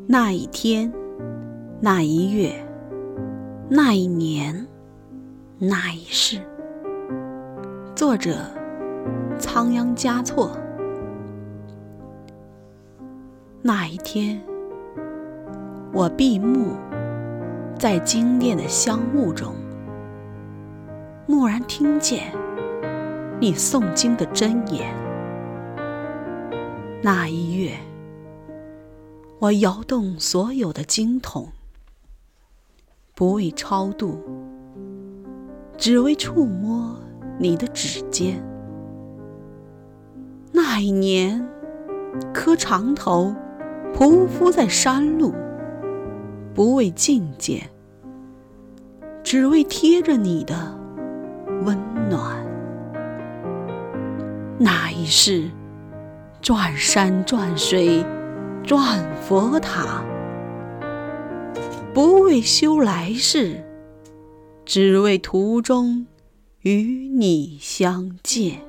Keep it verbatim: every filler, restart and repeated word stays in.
那一天，那一月，那一年，那一世。作者：仓央嘉措。那一天，我闭目在精炼的香雾中，蓦然听见你诵经的真言。那一月，我摇动所有的经筒，不为超度，只为触摸你的指尖。那一年，磕长头匍匐在山路，不为觐见，只为贴着你的温暖。那一世，转山转水转佛塔，不为修来世，只为途中与你相见。